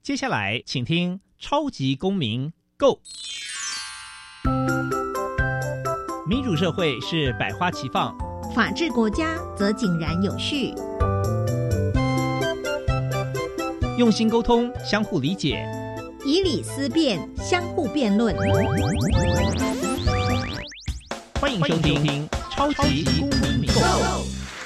接下来请听超级公民 Go。 民主社会是百花齐放， 法治国家则井然有序。 用心沟通，相互理解， 以理思辨，相互辩论。 欢迎收听超级公民 Go。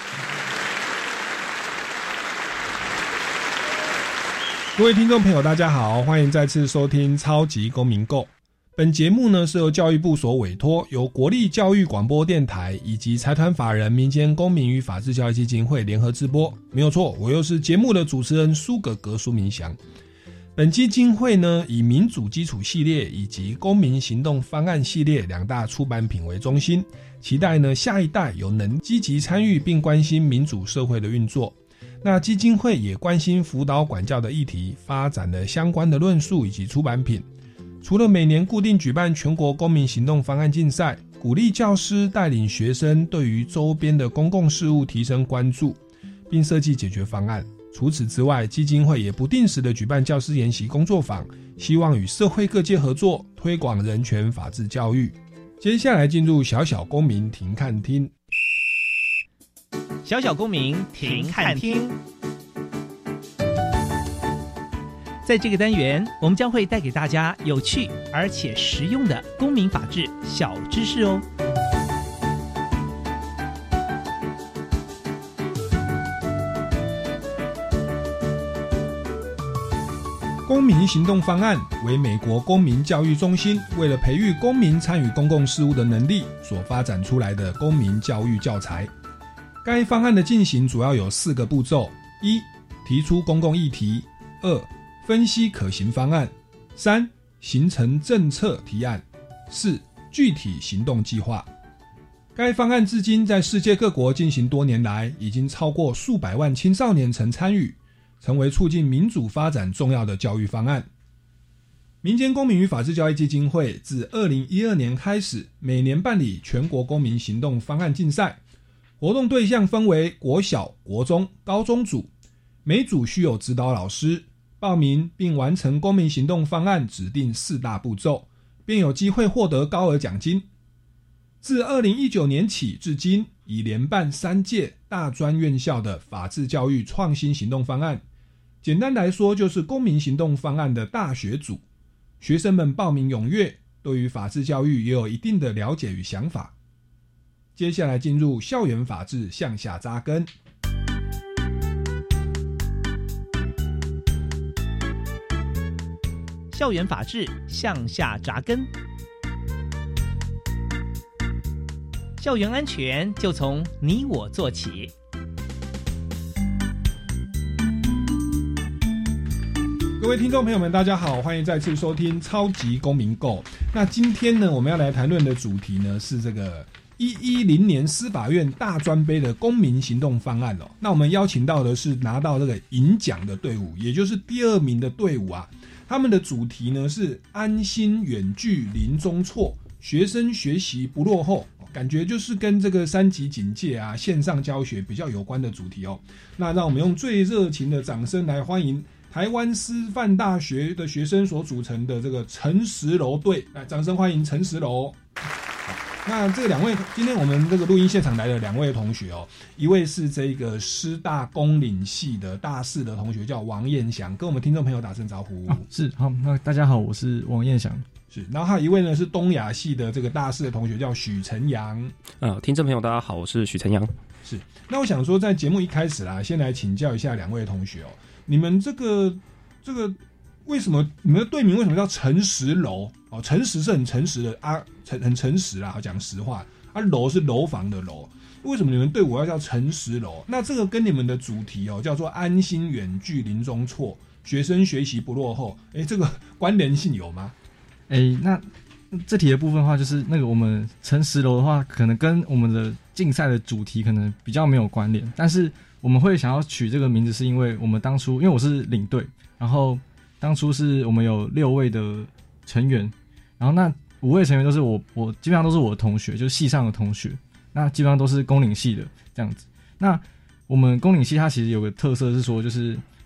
各位听众朋友大家好，欢迎再次收听超级公民 Go。 本节目呢是由教育部所委托，由国立教育广播电台以及财团法人民间公民与法治教育基金会联合制播。没有错，我又是节目的主持人苏格格苏明祥。本基金会呢以民主基础系列以及公民行动方案系列两大出版品为中心，期待呢下一代有能积极参与并关心民主社会的运作。那基金会也关心辅导管教的议题，发展了相关的论述以及出版品。除了每年固定举办全国公民行动方案竞赛，鼓励教师带领学生对于周边的公共事务提升关注，并设计解决方案。除此之外，基金会也不定时的举办教师研习工作坊，希望与社会各界合作，推广人权法治教育。接下来进入小小公民停看听。 小小公民停看听。在这个单元，我们将会带给大家有趣而且实用的公民法治小知识哦。 公民行动方案为美国公民教育中心为了培育公民参与公共事务的能力所发展出来的公民教育教材。该方案的进行主要有4个步骤： 1. 提出公共议题； 2. 分析可行方案； 3. 形成政策提案； 4. 具体行动计划。该方案至今在世界各国进行多年来，已经超过数百万青少年曾参与，成为促进民主发展重要的教育方案。民间公民与法治教育基金会自2012年开始，每年办理全国公民行动方案竞赛，活动对象分为国小、国中、高中组，每组需有指导老师，报名并完成公民行动方案指定4大步骤，并有机会获得高额奖金。自2019年起至今，已连办3届大专院校的法治教育创新行动方案。简单来说，就是公民行动方案的大学组，学生们报名踊跃，对于法治教育也有一定的了解与想法。接下来进入校园法治向下扎根。 校园法治向下扎根。校园安全就从你我做起。 各位听众朋友们大家好，欢迎再次收听超级公民 Go。 那今天呢，我们要来谈论的主题呢是这个110年司法院大专杯的公民行动方案哦。那我们邀请到的是拿到这个银奖的队伍，也就是第2名的队伍啊。他们的主题呢是安心远距零中错，学生学习不落后，感觉就是跟这个3级警戒啊、线上教学比较有关的主题哦。那让我们用最热情的掌声来欢迎台湾师范大学的学生所组成的这个陈时柔队，来，掌声欢迎陈时柔。那这2位，今天我们这个录音现场来了2位同学哦，一位是这个师大公领系的大4的同学，叫王彦祥，跟我们听众朋友打声招呼。 是，好，那大家好，我是王彦祥。 是，然后还有一位呢是东亚系的这个大4的同学，叫许承阳。 听众朋友大家好，我是许承阳。 是，那我想说，在节目一开始啦，先来请教一下2位同学哦，你们这个为什么你们的队名为什么叫陈时柔？哦，诚实是很诚实的啊，很诚实啦，讲实话啊。柔是楼房的柔，为什么你们队伍要叫陈时柔？那这个跟你们的主题哦，叫做安心远距零中错，学生学习不落后，这个关联性有吗？ 那这题的部分的话，就是那个我们陈时柔的话，可能跟我们的竞赛的主题可能比较没有关联，但是我们会想要取这个名字，是因为我们当初因为我是领队，然后当初是我们有6位的成员，然后那5位成员都是我基本上都是我的同学，就是系上的同学，那基本上都是公领系的这样子。那我们公领系它其实有个特色是说，就是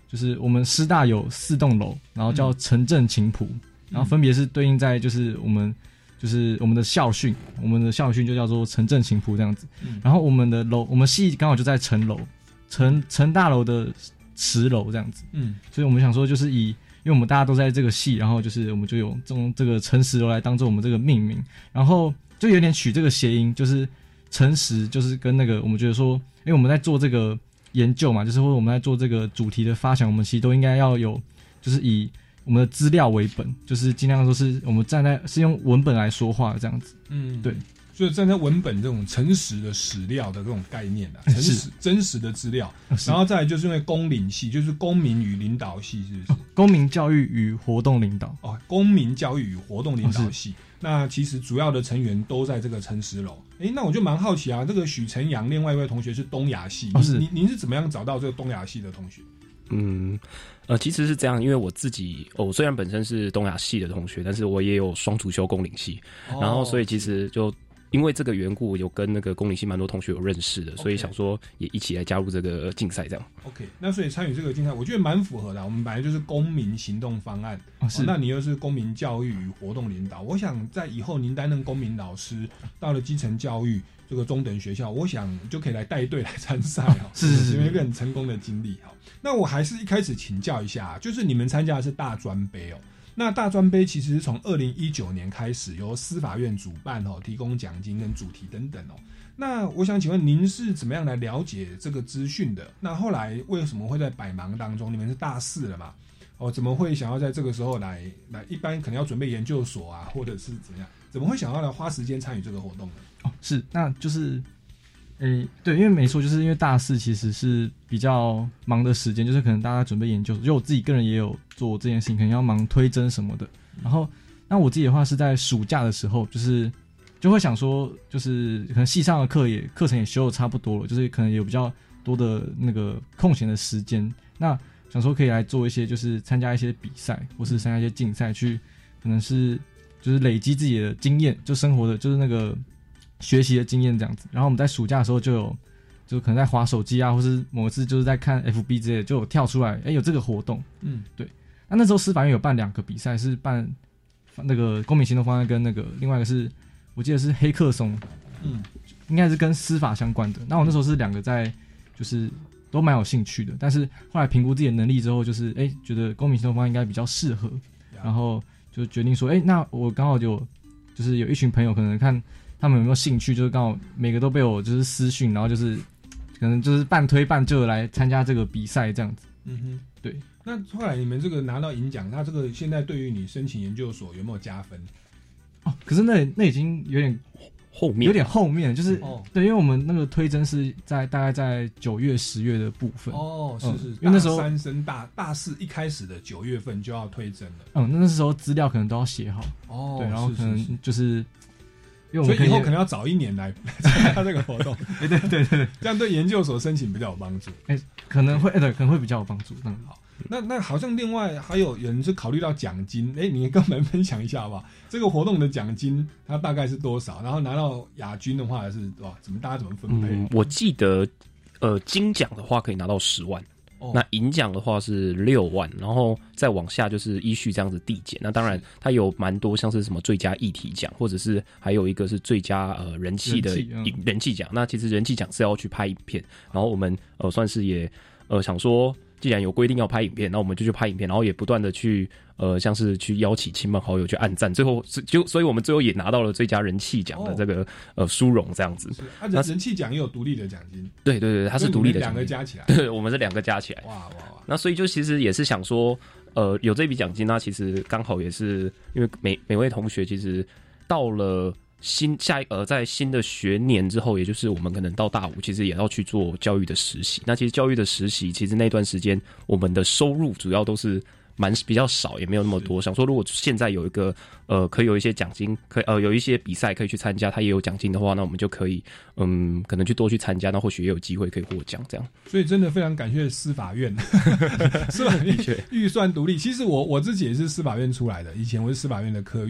就是我们师大有4栋楼，然后叫城镇琴谱，然后分别是对应在就是我们的校训，我们的校训就叫做城镇琴谱这样子。然后我们的楼，我们系刚好就在城楼，城大楼的10楼这样子。所以我们想说就是因为我们大家都在这个系，然后就是我们就用这个诚实楼来当做我们这个命名，然后就有点取这个谐音，就是诚实，就是跟那个我们觉得说，因为我们在做这个研究嘛，就是或者我们在做这个主题的发想，我们其实都应该要有，就是以我们的资料为本，就是尽量说是我们是用文本来说话的这样子。对。 所以站在文本这种诚实的史料的这种概念啊，真实的资料，然后再来就是因为公领系，就是公民与领导系，是不是？ 公民教育与活动领导。 公民教育与活动领导系。那其实主要的成员都在这个诚实楼。那我就蛮好奇啊，这个许承阳另外一位同学是东亚系，您是怎么样找到这个东亚系的同学？ 其实是这样，因为我自己虽然本身是东亚系的同学，但是我也有双主修公领系，然后所以其实就因为这个缘故，有跟那个公领系蛮多同学有认识的，所以想说也一起来加入这个竞赛这样。 OK， 那所以参与这个竞赛，我觉得蛮符合的。我们本来就是公民行动方案，那你又是公民教育与活动领导，我想在以后您担任公民老师，到了基层教育这个中等学校，我想就可以来带队来参赛是有一个很成功的经历。那我还是一开始请教一下，就是你们参加的是大专杯那大专杯其实是从2019年开始由司法院主办提供奖金跟主题等等那我想请问您是怎么样来了解这个资讯的？那后来为什么会在百忙当中？你们是大4了嘛？怎么会想要在这个时候来？一般可能要准备研究所啊，或者是怎么样？怎么会想要来花时间参与这个活动呢？ 是，那就是。对，因为没错，就是因为大4其实是比较忙的时间，就是可能大家准备研究所，就我自己个人也有做这件事情，可能要忙推甄什么的。然后，那我自己的话是在暑假的时候，就会想说，就是可能系上的课程也修的差不多了，就是可能有比较多的那个空闲的时间，那想说可以来做一些，就是参加一些比赛，或是参加一些竞赛，去可能是就是累积自己的经验，就生活的，就是那个。学习的经验这样子，然后我们在暑假的时候就可能在滑手机啊，或是某一次就是在看 FB 之类的，就有跳出来，有这个活动。对。那时候司法院有办2个比赛，是办那个公民行动方案跟那个另外一个是我记得是黑客松，应该是跟司法相关的。那我那时候是2个在就是都蛮有兴趣的，但是后来评估自己的能力之后，就是觉得公民行动方案应该比较适合，然后就决定说，那我刚好就是有一群朋友可能看。他们有没有兴趣？就是刚好每个都被我就是私讯，然后就是可能就是半推半就来参加这个比赛这样子。对。 那后来你们这个拿到银奖，那这个现在对于你申请研究所有没有加分？ 可是那已经有点后面， 有点后面，就是对，因为我们那个推甄是大概在9月、10月的部分。 是， 因为那时候大3升大4一开始的9月份就要推甄了。 那时候资料可能都要写好。对，然后可能就是。因为我们所以以后可能要早1年来参加这个活动。 对， 这样对研究所申请比较有帮助。 可能会比较有帮助。 好。那好像另外还有人是考虑到奖金，你跟我们分享一下好不好？这个活动的奖金它大概是多少？然后拿到亚军的话是大家怎么分配？ 我记得金奖的话可以拿到10万。那银奖的话是6万，然后再往下就是依序这样子递减。那当然它有蛮多像是什么最佳议题奖，或者是还有一个是最佳人气的人气奖。那其实人气奖是要去拍影片，然后我们算是也想说，既然有规定要拍影片，那我们就去拍影片，然后也不断的去像是去邀请亲朋好友去按赞，最后所以我们最后也拿到了最佳人气奖的这个殊荣这样子。 那人气奖也有独立的奖金。 对，它是独立的奖金， 两个加起来。 对，我们是2个加起来。哇！那所以就其实也是想说，有这笔奖金，那其实刚好也是因为每位同学其实到了。在新的学年之后，也就是我们可能到大5，其实也要去做教育的实习。那其实教育的实习，其实那段时间我们的收入主要都是比较少，也没有那么多。想说如果现在有一个可以有一些奖金，有一些比赛可以去参加，它也有奖金的话，那我们就可以可能多去参加，那或许也有机会可以获奖这样。 所以真的非常感谢司法院，司法院预算独立。其实我自己也是司法院出来的，以前我是司法院的科员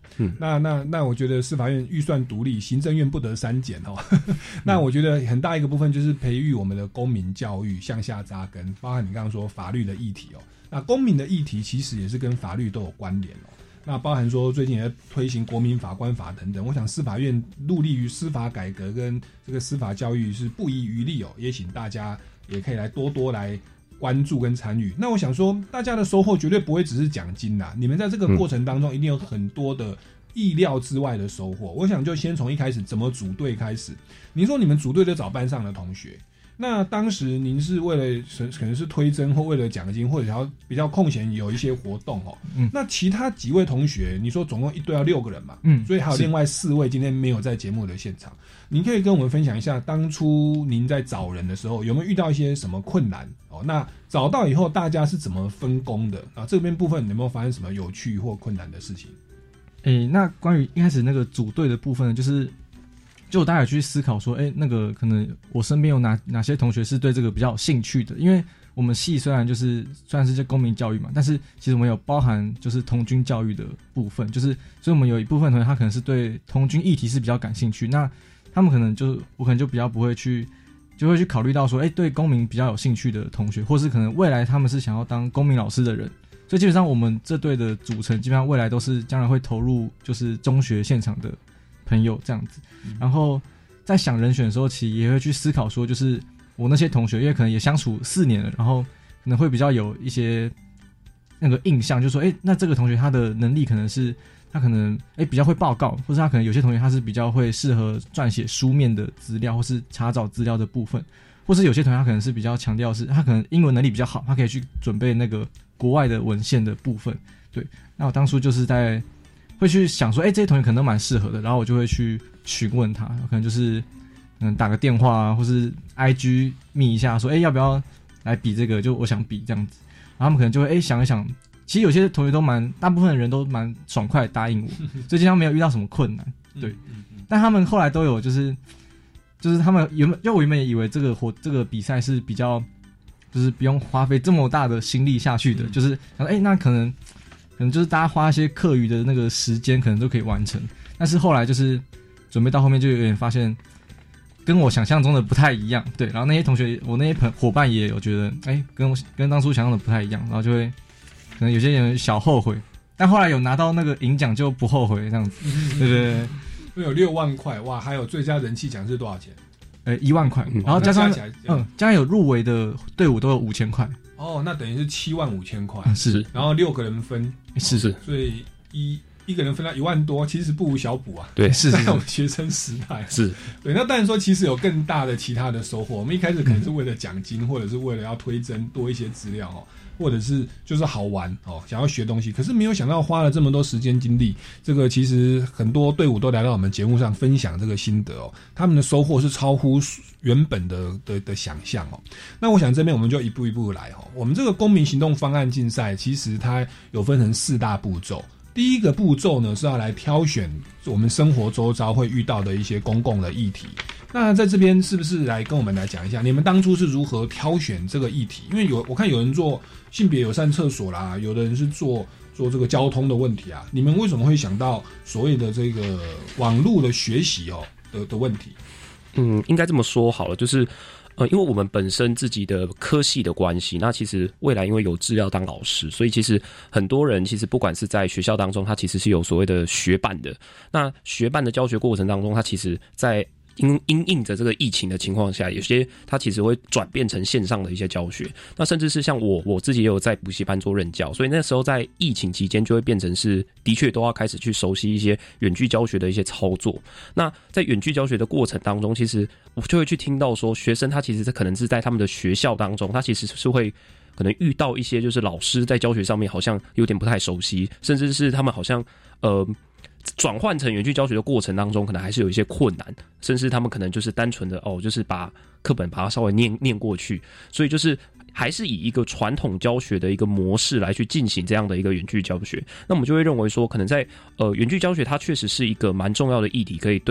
那我觉得司法院预算独立，行政院不得删减哦。那我觉得很大一个部分就是培育我们的公民教育向下扎根，包含你刚刚说法律的议题哦。那公民的议题其实也是跟法律都有关联哦。那包含说最近也在推行国民法官法等等，我想司法院努力于司法改革跟这个司法教育是不遗余力哦，也请大家也可以来多来关注跟参与。那我想说大家的收获绝对不会只是奖金啦，你们在这个过程当中一定有很多的意料之外的收获。我想就先从一开始怎么组队开始。您说你们组队就找班上的同学，那当时您是为了可能是推甄或为了奖金，或者要比较空闲有一些活动哦。那其他几位同学，你说总共一队要6个人嘛？所以还有另外4位今天没有在节目的现场。您可以跟我们分享一下，当初您在找人的时候有没有遇到一些什么困难哦？那找到以后大家是怎么分工的啊？这边部分有没有发生什么有趣或困难的事情？ 那关于一开始那个组队的部分，就大家去思考说，那个可能我身边有哪些同学是对这个比较有兴趣的，因为我们系虽然是在公民教育嘛，但是其实我们有包含就是童军教育的部分，所以我们有一部分同学他可能是对童军议题是比较感兴趣，那他们可能我可能就比较不会去，就会去考虑到说，对公民比较有兴趣的同学，或是可能未来他们是想要当公民老师的人，所以基本上我们这队的组成基本上未来都是将来会投入就是中学现场的朋友这样子。然后在想人选的时候，其实也会去思考说，就是我那些同学，因为可能也相处4年了，然后可能会比较有一些那个印象，就说那这个同学他的能力可能是他可能比较会报告，或是他可能有些同学他是比较会适合撰写书面的资料，或是查找资料的部分，或是有些同学他可能是比较强调是他可能英文能力比较好，他可以去准备那个国外的文献的部分。对，那我当初就是会去想说，这些同学可能都蛮适合的，然后我就会去询问他，可能就是打个电话啊，或是 IG 密一下说，要不要来比这个，就我想比这样子，然后他们可能就会想一想，其实有些同学大部分的人都蛮爽快答应我，所以经常没有遇到什么困难。对，但他们后来都有就是他们我原本也以为这个比赛是比较就是不用花费这么大的心力下去的，就是那可能就是大家花一些课余的那个时间可能都可以完成，但是后来就是准备到后面就有点发现跟我想象中的不太一样。对，然后那些同学我那些伙伴也有觉得跟当初想象的不太一样，然后就会可能有些人小后悔，但后来有拿到那个银奖就不后悔这样子。对对对，有6万块哇，还有最佳人气奖是多少钱 ？1万块，然后加上加上有入围的队伍都有5000块。 哦，那等于是75000块。 是， 然后6个人分。 是， 所以一个人分到1万多，其实不无小补啊。 对， 是在我们学生时代。 是， 对。那当然说，其实有更大的其他的收获。我们一开始可能是为了奖金，或者是为了要推甄多一些资料哦，或者是就是好玩哦，想要学东西。可是没有想到花了这么多时间精力，这个其实很多队伍都来到我们节目上分享这个心得哦，他们的收获是超乎原本的想象哦。那我想这边我们就一步一步来哦。我们这个公民行动方案竞赛，其实它有分成4大步骤。第一个步骤呢是要来挑选我们生活周遭会遇到的一些公共的议题。那在这边是不是来跟我们来讲一下，你们当初是如何挑选这个议题？因为我看有人做性别友善厕所啦，有的人是做这个交通的问题啊。你们为什么会想到所谓的这个网络的学习的问题？ 应该这么说好了，就是因为我们本身自己的科系的关系，那其实未来因为有志要当老师，所以其实很多人其实不管是在学校当中，他其实是有所谓的学伴的。那学伴的教学过程当中，他其实在因应着这个疫情的情况下，有些他其实会转变成线上的一些教学。那甚至是像我自己也有在补习班做任教，所以那时候在疫情期间就会变成是的确都要开始去熟悉一些远距教学的一些操作。那在远距教学的过程当中，其实我就会去听到说，学生他其实可能是在他们的学校当中，他其实是会可能遇到一些就是老师在教学上面好像有点不太熟悉，甚至是他们好像转换成远距教学的过程当中，可能还是有一些困难，甚至他们可能就是单纯的就是把课本把它稍微念过去，所以就是还是以一个传统教学的一个模式来去进行这样的一个远距教学。那我们就会认为说，可能在远距教学它确实是一个蛮重要的议题，可以对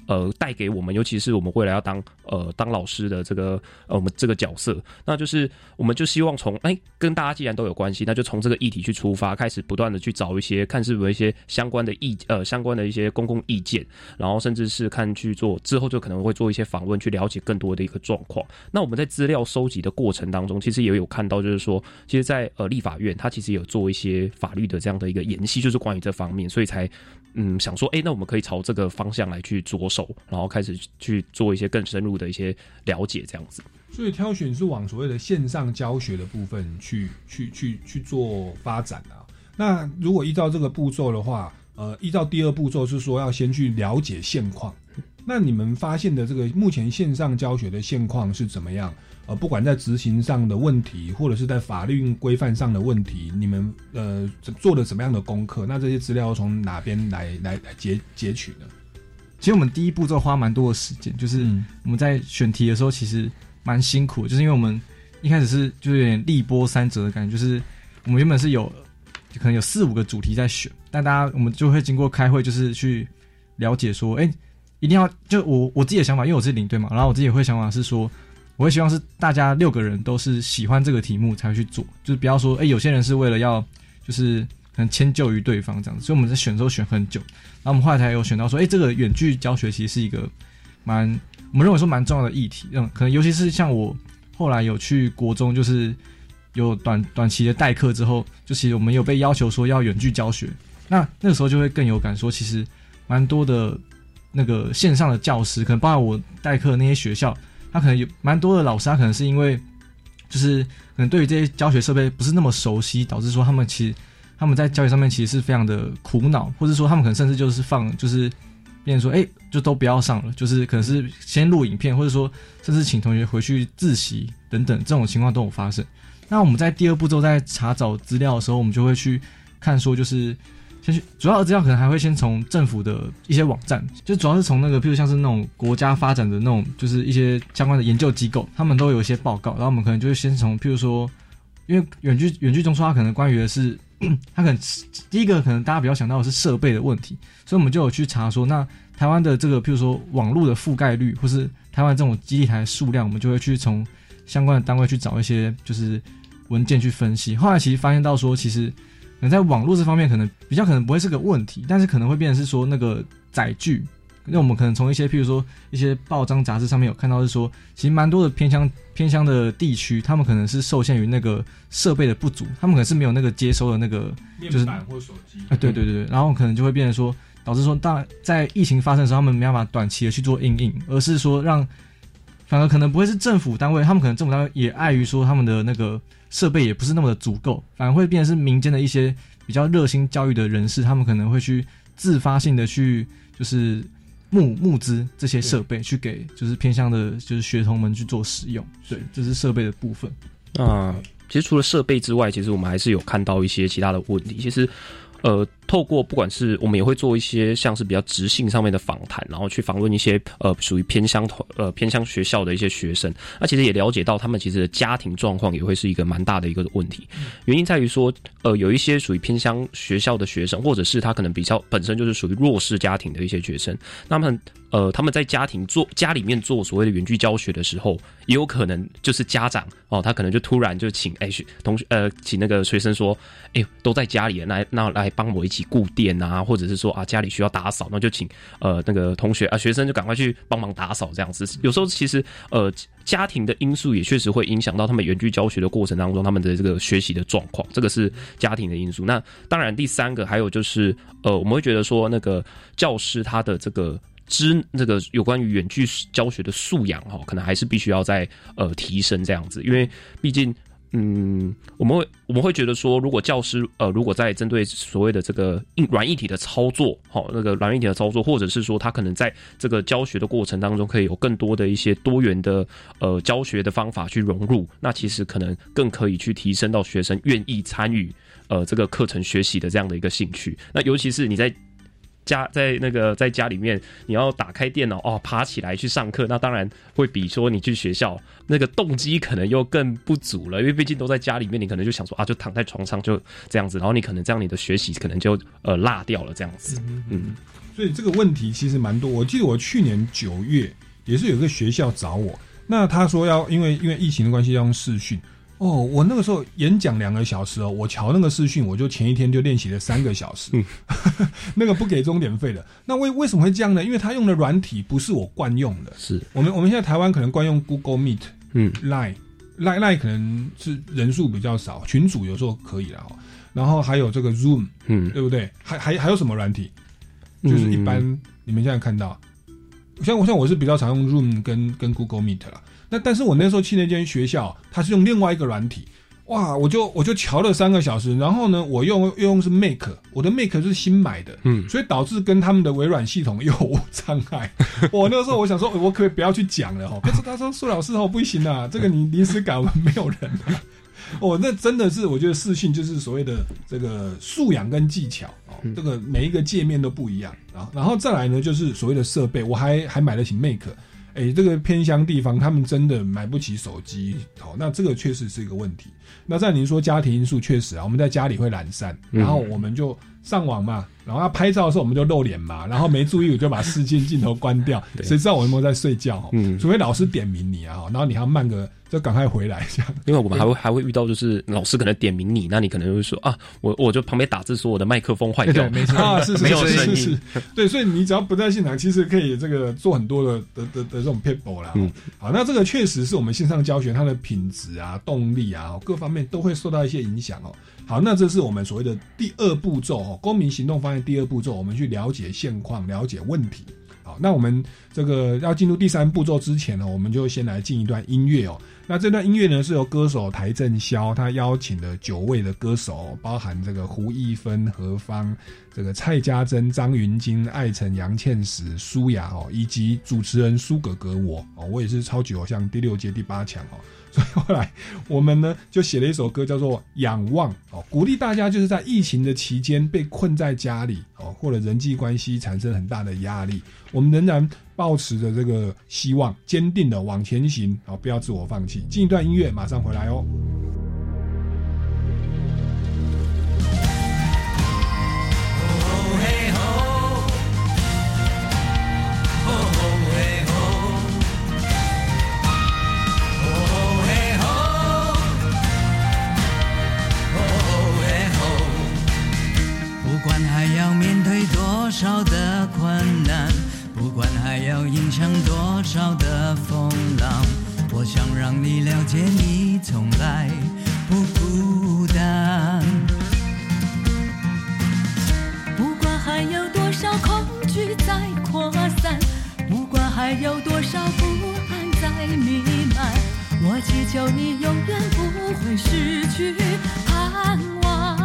带给我们，尤其是我们未来要当老师的这个我们这个角色，那就是我们就希望从跟大家既然都有关系，那就从这个议题去出发，开始不断的去找一些看是不是有一些相关的一些公共意见，然后甚至是看去做之后就可能会做一些访问，去了解更多的一个状况。那我们在资料收集的过程当中，其实也有看到，就是说，其实在立法院，它其实有做一些法律的这样的一个研析，就是关于这方面，所以才想说，那我们可以朝这个方向来去着手，然后开始去做一些更深入的一些了解，这样子。 所以挑选是往所谓的线上教学的部分去做发展啊。那如果依照这个步骤的话，依照第二步骤是说要先去了解现况。那你们发现的这个目前线上教学的现况是怎么样？不管在执行上的问题，或者是在法律规范上的问题，你们做了什么样的功课？那这些资料从哪边来截取呢？ 其实我们第一步骤花蛮多的时间，就是我们在选题的时候其实蛮辛苦的，就是因为我们一开始就是有点力波三折的感觉，就是我们原本是可能有4-5个主题在选，但我们就会经过开会，就是去了解说，一定要就我自己的想法，因为我是领队嘛，然后我自己也会想法是说，我会希望是大家6个人都是喜欢这个题目才会去做，就是不要说有些人是为了要就是可能迁就于对方这样子，所以我们在选的时候选很久，然后我们后来才有选到说，这个远距教学其实是一个我们认为说蛮重要的议题，可能尤其是像我后来有去国中，就是有短期的代课之后，就其实我们有被要求说要远距教学，那个时候就会更有感说，其实蛮多的那个线上的教师，可能包括我代课的那些学校，他可能有蛮多的老师，他可能是因为就是可能对于这些教学设备不是那么熟悉，导致说他们在教学上面其实是非常的苦恼，或者说他们可能甚至就是变成说就都不要上了，就是可能是先录影片，或者说甚至请同学回去自习等等，这种情况都有发生。那我们在第二步骤在查找资料的时候，我们就会去看说，就是先去主要的资料可能还会先从政府的一些网站，就主要是从那个譬如像是那种国家发展的那种就是一些相关的研究机构，他们都有一些报告，然后我们可能就会先从譬如说，因为远距中说它可能关于的是它可能第一个可能大家比较想到的是设备的问题，所以我们就有去查说，那台湾的这个譬如说网络的覆盖率，或是台湾这种基地台的数量，我们就会去从相关的单位去找一些就是文件去分析。后来其实发现到说，其实可能在网络这方面可能不会是个问题，但是可能会变成是说那个载具，那我们可能从一些譬如说一些报章杂志上面有看到是说，其实蛮多的偏乡的地区，他们可能是受限于那个设备的不足，他们可能是没有那个接收的那个就是面板或手机， 对，然后可能就会变成说，导致说在疫情发生的时候，他们没办法短期的去做因应，而是说反而可能不会是政府单位，他们可能政府单位也碍于说他们的那个设备也不是那么的足够，反而会变成是民间的一些比较热心教育的人士，他们可能会去自发性的去就是募资这些设备，去给就是偏向的就是学童们去做使用。对，这是设备的部分。 其实除了设备之外，其实我们还是有看到一些其他的问题。其实透过不管是我们也会做一些像是比较直性上面的访谈，然后去访问一些属于偏乡学校的一些学生，那其实也了解到他们其实的家庭状况也会是一个蛮大的一个问题。原因在于说有一些属于偏乡学校的学生，或者是他可能比较本身就是属于弱势家庭的一些学生，那么他们在家里面做所谓的远距教学的时候，也有可能就是家长他可能就突然就请请那个学生说，都在家里了，那来帮我一起顾店啊，或者是说家里需要打扫，那就请那个同学学生就赶快去帮忙打扫这样子。有时候其实家庭的因素也确实会影响到他们远距教学的过程当中他们的这个学习的状况，这个是家庭的因素。那当然第三个还有就是我们会觉得说那个教师他的这个有关于远距教学的素养可能还是必须要再提升这样子，因为毕竟我们会觉得说，如果教师如果在针对所谓的这个软硬体的操作，那个软硬体的操作，或者是说他可能在这个教学的过程当中，可以有更多的一些多元的教学的方法去融入，那其实可能更可以去提升到学生愿意参与这个课程学习的这样的一个兴趣。那尤其是你在在家里面，你要打开电脑爬起来去上课，那当然会比说你去学校那个动机可能又更不足了，因为毕竟都在家里面，你可能就想说就躺在床上就这样子，然后你可能这样你的学习可能就落掉了这样子。 所以这个问题其实蛮多。我记得我去年9月也是有个学校找我，那他说要因为疫情的关系要用视讯。我那个时候演讲2个小时我瞧那个视讯，我就前一天就练习了3个小时，那个不给钟点费的。那为什么会这样呢？因为他用的软体不是我惯用的，是我们现在台湾可能惯用 Google Meet、Line 可能是人数比较少，群组有时候可以啦。然后还有这个 Zoom， 对不对？还有什么软体？就是一般你们现在看到，像我是比较常用 Zoom 跟 Google Meet 啦。但是我那时候去那间学校，他是用另外一个软体，哇，我就瞧了3个小时，然后呢，我又用是 Mac， 我的 Mac 是新买的，所以导致跟他们的微软系统有障碍。我那个时候我想说，我可不可以不要去讲了可是他说苏老师不行啊，这个你临时改我们没有人啊。那真的是我觉得视讯就是所谓的这个素养跟技巧这个每一个界面都不一样然后再来呢，就是所谓的设备，我还买得起 Mac。这个偏乡地方他们真的买不起手机，那这个确实是一个问题。那在您说家庭因素，确实我们在家里会懒散，然后我们就上网嘛，然后要拍照的时候我们就露脸嘛，然后没注意我就把视镜头关掉，谁知道我有没有在睡觉除非老师点名你然后你还要慢个就赶快回来这样。 因为我们还会遇到就是老师可能点名你，那你可能会说我就旁边打字说我的麦克风坏掉， 没错是没有声音， 是对，所以你只要不在现场，其实可以这个做很多的这种 paper 啦。好，那这个确实是我们线上教学它的品质动力各方面都会受到一些影响好，那这是我们所谓的第2步骤公民行动方案第2步骤，我们去了解现况，了解问题。好，那我们这个要进入第3步骤之前我们就先来进一段音乐那这段音乐呢是由歌手台正宵他邀请的9位的歌手，包含这个胡一芬、何方、这个蔡家珍、张云京、艾辰、杨倩石、舒雅以及主持人苏格格我也是超级偶像第6届第8强所以后来我们呢就写了一首歌叫做《仰望》鼓励大家就是在疫情的期间被困在家里或者人际关系产生很大的压力，我们仍然抱持着这个希望，坚定的往前行不要自我放弃。进一段音乐马上回来不管还要面对多少的困难，不管还要迎向多少的风浪，我想让你了解你从来不孤单。不管还有多少恐惧在扩散，不管还有多少不安在弥漫，我祈求你永远不会失去盼望。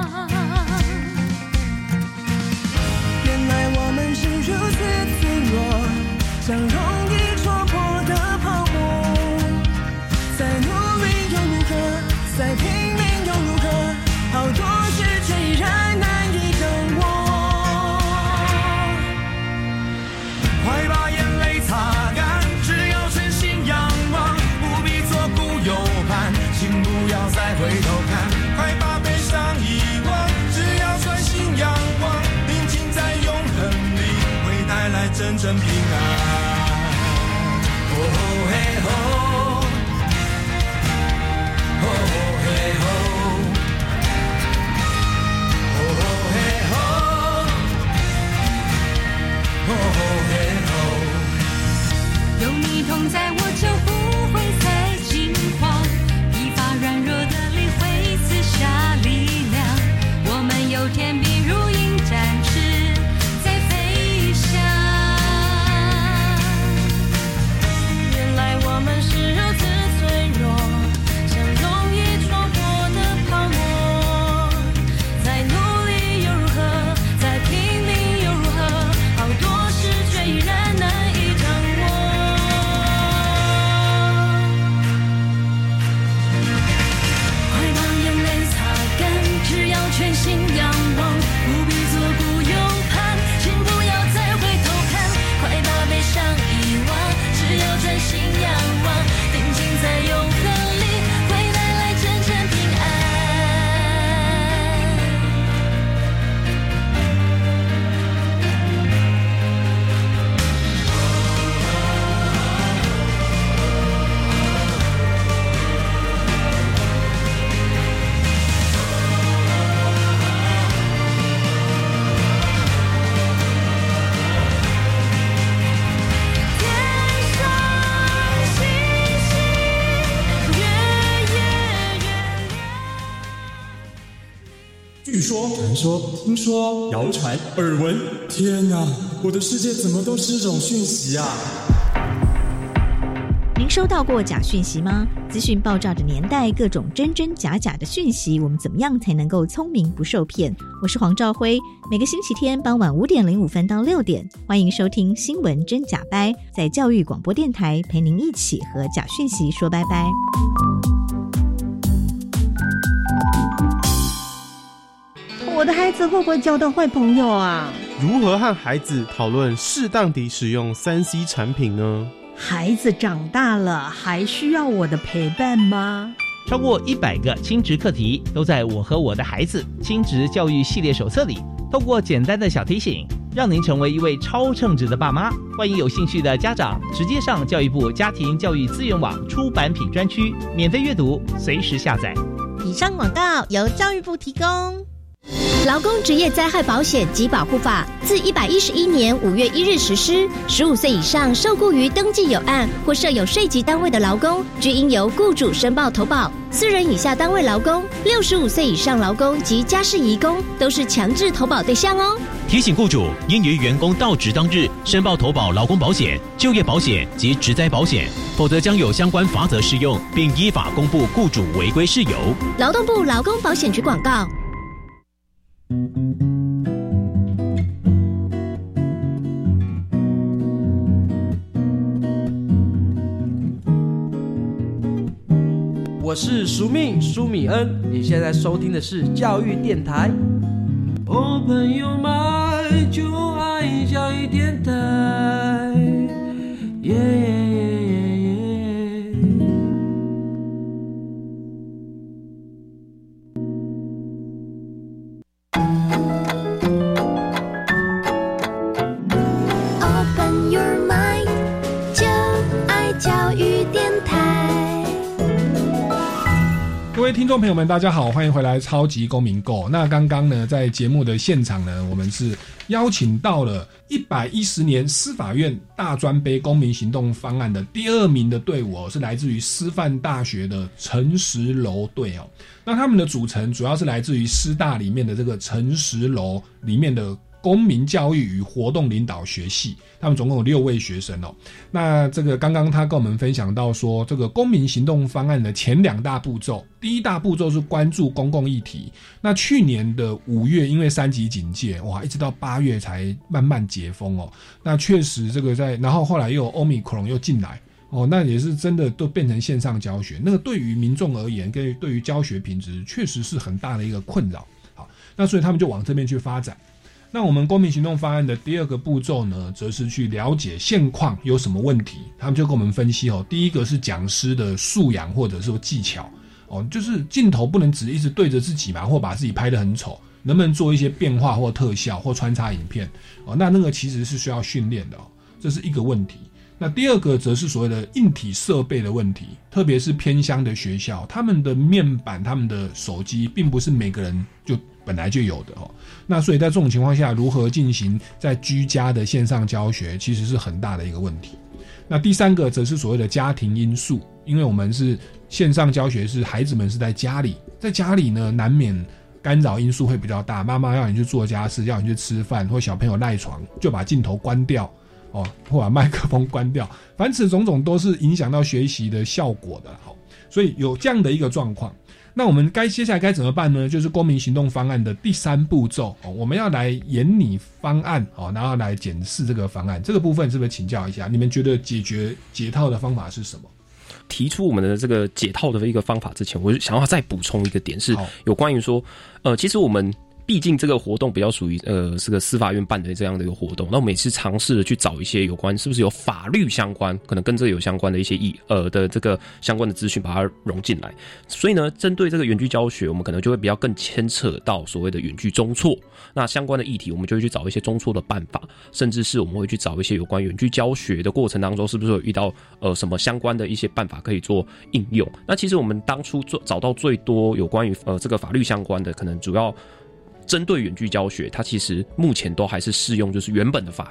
原来我们是如此脆弱，像容易戳破的泡沫，再努力又如何，再拼命又如何，好多事却依然难以等我。快把眼泪擦干，只要真心仰望，不必左顾右盼，请不要再回头看，快把悲伤传说、听说、谣传、耳闻。天哪，我的世界怎么都是这种讯息啊！ 您收到过假讯息吗？资讯爆炸的年代，各种真真假假的讯息，我们怎么样才能够聪明不受骗？我是黄兆辉，每个星期天傍晚5点05分到6点，欢迎收听新闻真假掰，在教育广播电台陪您一起和假讯息说拜拜。 我的孩子会不会交到坏朋友啊？ 如何和孩子讨论适当地使用3C 产品呢？ 孩子长大了，还需要我的陪伴吗？ 超过100个亲职课题都在我和我的孩子亲职教育系列手册里，透过简单的小提醒，让您成为一位超称职的爸妈。欢迎有兴趣的家长直接上教育部家庭教育资源网出版品专区免费阅读，随时下载。 以上广告由教育部提供。 劳工职业灾害保险及保护法自111年5月1日实施，15岁以上受雇于登记有案或设有税籍单位的劳工，均应由雇主申报投保。4人以下单位劳工、65岁以上劳工及家事移工都是强制投保对象哦。 提醒雇主应于员工到职当日申报投保劳工保险、就业保险及职灾保险，否则将有相关罚则适用，并依法公布雇主违规事由。 劳动部劳工保险局广告。 我是苏米恩，你现在收听的是教育电台。哦，朋友们就爱教育电台，耶耶耶耶耶。 Open your mind， 就爱教育电台。 各位听众朋友们大家好，欢迎回来超级公民购。那刚刚呢在节目的现场呢，我们是邀请到了110年司法院大专杯公民行动方案的第2名的队伍是来自于师范大学的陈时楼队哦。那他们的组成主要是来自于师大里面的这个陈时楼里面的公民教育与活动领导学系，他们总共有6位学生哦。那这个刚刚他跟我们分享到说，这个公民行动方案的前2大步骤，第一大步骤是关注公共议题。那去年的5月因为3级警戒，哇，一直到8月才慢慢解封哦。那确实这个然后后来又有 Omicron 又进来哦，那也是真的都变成线上教学，那个对于民众而言，跟对于教学品质确实是很大的一个困扰。好，那所以他们就往这边去发展。那我们公民行动方案的第2个步骤呢，则是去了解现况有什么问题，他们就跟我们分析哦。第一个是讲师的素养或者是技巧哦，就是镜头不能只一直对着自己嘛，或把自己拍得很丑，能不能做一些变化或特效或穿插影片哦？那个其实是需要训练的哦，这是一个问题。那第2个则是所谓的硬体设备的问题，特别是偏乡的学校，他们的面板、他们的手机，并不是每个人就本来就有的哦。那所以在这种情况下，如何进行在居家的线上教学，其实是很大的一个问题。那第3个则是所谓的家庭因素，因为我们是线上教学，是孩子们是在家里呢，难免干扰因素会比较大，妈妈要你去做家事，要你去吃饭，或小朋友赖床，就把镜头关掉哦，或把麦克风关掉，凡此种种都是影响到学习的效果的。好，所以有这样的一个状况。那我们接下来该怎么办呢？就是公民行动方案的第3步骤哦，我们要来研拟方案哦，然后来检视这个方案。这个部分是不是请教一下，你们觉得解套的方法是什么？ 提出我们的这个解套的一个方法之前，我就想要再补充一个点，是有关于说，其实我们毕竟这个活动比较属于是个司法院办的这样的一个活动，那我们也是尝试的去找一些有关是不是有法律相关，可能跟这个有相关的一些的这个相关的资讯，把它融进来。所以呢，针对这个远距教学，我们可能就会比较更牵扯到所谓的远距中辍。那相关的议题，我们就会去找一些中辍的办法，甚至是我们会去找一些有关远距教学的过程当中，是不是有遇到什么相关的一些办法可以做应用。那其实我们当初找到最多有关于这个法律相关的，可能主要针对远距教学，它其实目前都还是适用就是原本的法律。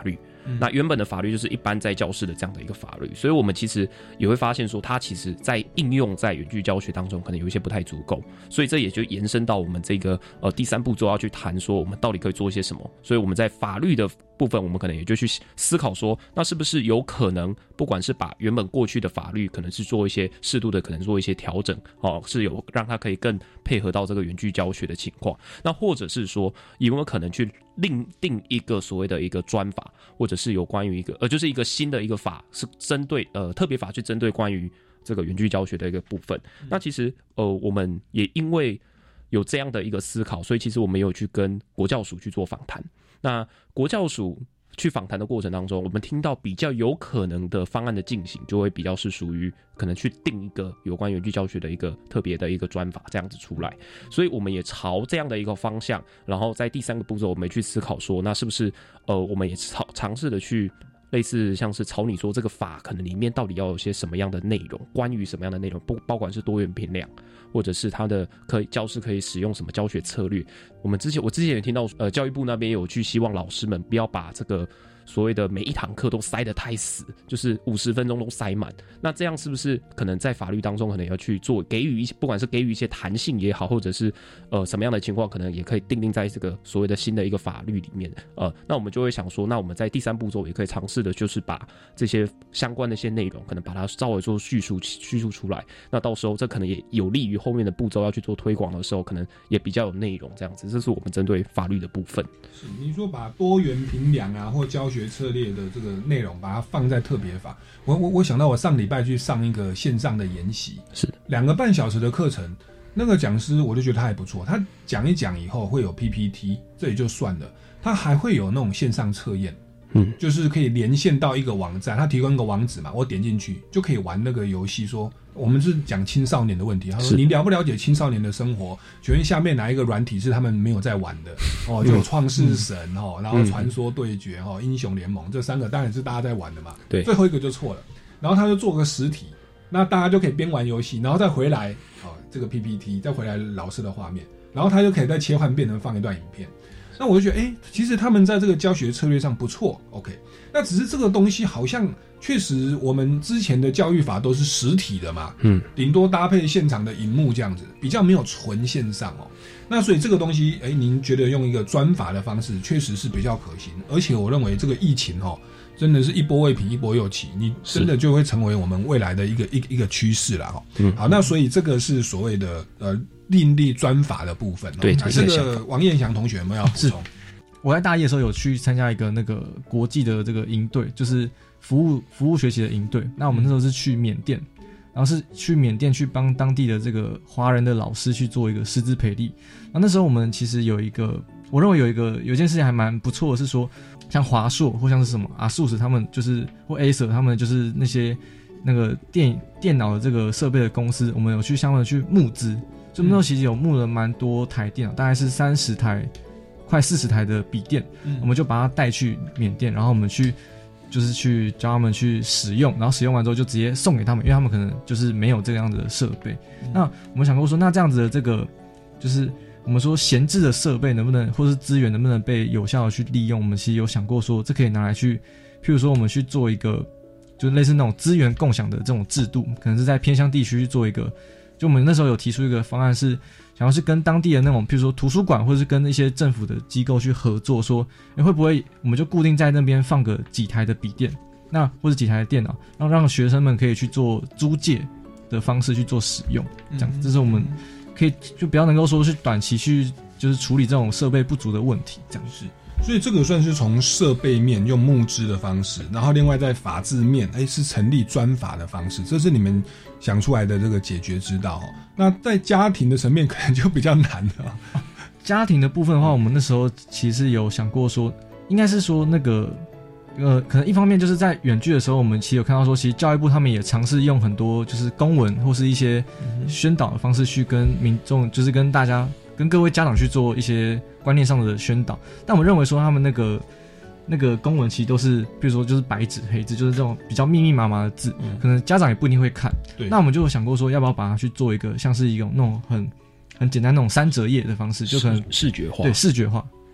那原本的法律就是一般在教室的这样的一个法律，所以我们其实也会发现说，它其实在应用在远距教学当中，可能有一些不太足够，所以这也就延伸到我们这个第3步骤要去谈说，我们到底可以做些什么。所以我们在法律的部分，我们可能也就去思考说，那是不是有可能，不管是把原本过去的法律，可能是做一些适度的，可能做一些调整，是有让它可以更配合到这个远距教学的情况。那或者是说，有没有可能去另定一个所谓的一个专法，或者是有关于一个就是一个新的一个法，是针对特别法去针对关于这个远距教学的一个部分。那其实我们也因为有这样的一个思考，所以其实我们也有去跟国教署去做访谈。那国教署去访谈的过程当中，我们听到比较有可能的方案的进行，就会比较是属于可能去定一个有关远距教学的一个特别的一个专法这样子出来，所以我们也朝这样的一个方向，然后在第3个步骤，我们去思考说，那是不是我们也尝试的去类似像是朝你说这个法可能里面到底要有些什么样的内容，关于什么样的内容，包管是多元评量，或者是它的教师可以使用什么教学策略。我之前也听到教育部那边有去希望老师们不要把这个所谓的每一堂课都塞得太死，就是50分钟都塞满。那这样是不是可能在法律当中可能要去做给予一些，不管是给予一些弹性也好，或者是什么样的情况，可能也可以定定在这个所谓的新的一个法律里面。那我们就会想说，那我们在第3步骤也可以尝试的，就是把这些相关的一些内容，可能把它稍微做叙述出来。那到时候这可能也有利于后面的步骤要去做推广的时候，可能也比较有内容这样子。这是我们针对法律的部分。 是你说把多元评量啊或教学策略的这个内容把它放在特别法。我想到我上礼拜去上一个线上的研习，是2个半小时的课程，那个讲师我就觉得他还不错，他讲一讲以后会有 PPT， 这也就算了，他还会有那种线上测验，就是可以连线到一个网站，他提供一个网址嘛，我点进去就可以玩那个游戏。说我们是讲青少年的问题，他说你了不了解青少年的生活？请问下面哪一个软体是他们没有在玩的？就有创世神然后传说对决英雄联盟，这3个当然是大家在玩的嘛。对，最后一个就错了，然后他就做个实体，那大家就可以边玩游戏，然后再回来这个 PPT， 再回来老师的画面，然后他就可以再切换变成放一段影片。那我就觉得其实他们在这个教学策略上不错 OK， 那只是这个东西好像确实我们之前的教育法都是实体的嘛，顶多搭配现场的荧幕这样子，比较没有纯线上那所以这个东西您觉得用一个专法的方式确实是比较可行，而且我认为这个疫情真的是一波未平一波又起，你真的就会成为我们未来的一个趋势啦好，那所以这个是所谓的另立专法的部分。对，这个王彦祥同学有没有要补充？ 我在大一的时候有去参加一个那个国际的这个营队，就是服务学习的营队。那我们那时候是去缅甸，然后是去缅甸去帮当地的这个华人的老师去做一个师资培力。然后那时候我们其实有一个，我认为有一件事情还蛮不错的，是说像华硕或像是什么ASUS他们就是或 Acer 他们就是那个电脑的这个设备的公司，我们有去相关的去募资。就那时候其实有募了蛮多台电脑，大概是30台快40台的笔电，我们就把它带去缅甸，然后我们去教他们去使用，然后使用完之后就直接送给他们，因为他们可能就是没有这样的设备。那我们想过说，那这样子的这个就是我们说闲置的设备能不能或是资源能不能被有效的去利用，我们其实有想过说这可以拿来去譬如说我们去做一个就类似那种资源共享的这种制度，可能是在偏乡地区去做一个，就我们那时候有提出一个方案，是想要是跟当地的那种譬如说图书馆或者是跟一些政府的机构去合作，说会不会我们就固定在那边放个几台的笔电，那或者几台的电脑，让学生们可以去做租借的方式去做使用，这样这是我们可以就比较能够说是短期去就是处理这种设备不足的问题，这样是。 所以这个算是从设备面用募资的方式，然后另外在法制面是成立专法的方式，这是你们想出来的这个解决之道。那在家庭的层面可能就比较难了。 家庭的部分的话，我们那时候其实有想过说，应该是说那个可能一方面就是在远距的时候，我们其实有看到说，其实教育部他们也尝试用很多就是公文或是一些宣导的方式去跟民众，就是跟大家跟各位家长去做一些观念上的宣导，但我们认为说他们那个公文其实都是比如说就是白纸黑字，就是这种比较密密麻麻的字，可能家长也不一定会看。对，那我们就想过说要不要把它去做一个像是一种那种很简单那种3折页的方式，就可能视觉化。 对，视觉化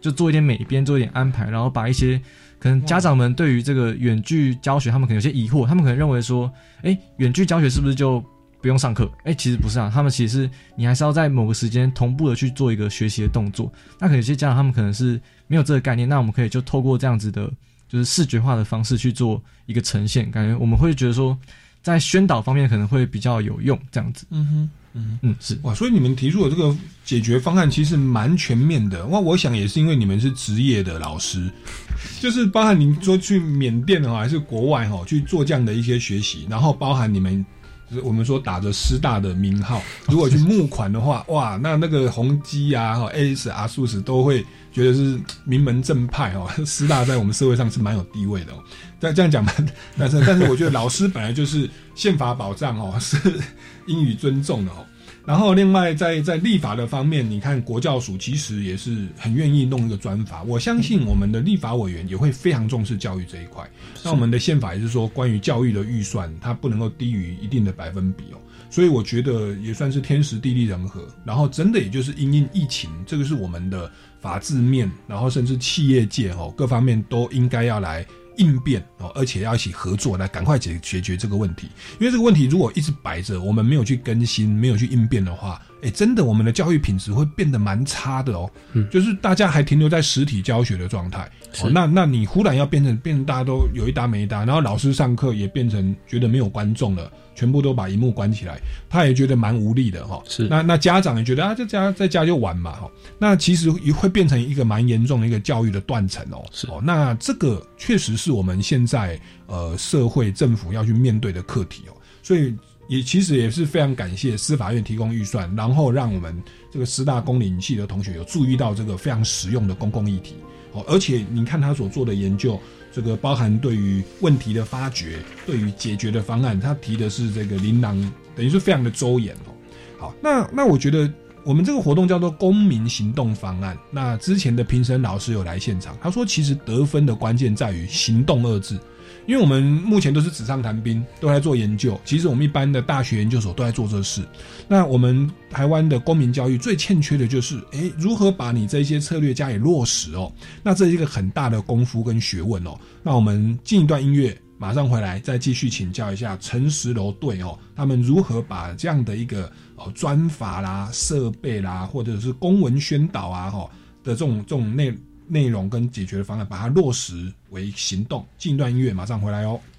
就做一点美编，做一点安排，然后把一些可能家长们对于这个远距教学，他们可能有些疑惑，他们可能认为说，远距教学是不是就不用上课？其实不是啊，他们其实是你还是要在某个时间同步的去做一个学习的动作。那可能有些家长他们可能是没有这个概念，那我们可以就透过这样子的，就是视觉化的方式去做一个呈现，感觉我们会觉得说，在宣导方面可能会比较有用，这样子。是哇，所以你们提出的这个解决方案其实蛮全面的。我想也是因为你们是职业的老师，就是包含您说去缅甸还是国外去做这样的一些学习，然后包含你们我们说打着师大的名号，如果去募款的话，哇，那个宏基啊、AS、阿素斯都会觉得是名门正派师大在我们社会上是蛮有地位的但这样讲但是我觉得老师本来就是宪法保障是应予尊重的然后另外在立法的方面，你看国教署其实也是很愿意弄一个专法，我相信我们的立法委员也会非常重视教育这一块。那我们的宪法也是说，关于教育的预算，它不能够低于一定的百分比所以我觉得也算是天时地利人和。然后真的也就是因应疫情，这个是我们的法治面，然后甚至企业界各方面都应该要来应变而且要一起合作来赶快解决这个问题。因为这个问题如果一直摆着，我们没有去更新，没有去应变的话，真的我们的教育品质会变得蛮差的就是大家还停留在实体教学的状态那你忽然要变成大家都有一搭没一搭，然后老师上课也变成觉得没有观众了，全部都把萤幕关起来，他也觉得蛮无力的是那家长也觉得在家就玩嘛那其实也会变成一个蛮严重的一个教育的断层是那这个确实是我们现在社会政府要去面对的课题所以其实也是非常感谢司法院提供预算，然后让我们这个师大公领系的同学有注意到这个非常实用的公共议题而且你看他所做的研究，这个包含对于问题的发掘，对于解决的方案，他提的是这个琳琅，等于是非常的周延好，那我觉得我们这个活动叫做公民行动方案。那之前的评审老师有来现场，他说其实得分的关键在于行动二字。因为我们目前都是纸上谈兵，都在做研究，其实我们一般的大学研究所都在做这事。那我们台湾的公民教育最欠缺的就是如何把你这些策略加以落实那这是一个很大的功夫跟学问那我们进一段音乐，马上回来再继续请教一下陈时楼队他们如何把这样的一个专法啦、设备啦，或者是公文宣导的这种内容跟解决的方案，把它落实为行动。进一段音乐，马上回来